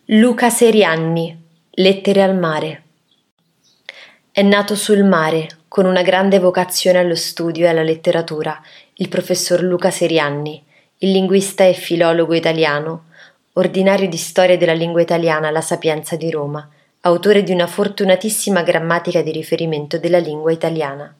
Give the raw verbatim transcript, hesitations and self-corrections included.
Luca Serianni, Lettere al mare. È nato sul mare, con una grande vocazione allo studio e alla letteratura, il professor Luca Serianni, il linguista e filologo italiano, ordinario di storia della lingua italiana alla Sapienza di Roma, autore di una fortunatissima grammatica di riferimento della lingua italiana.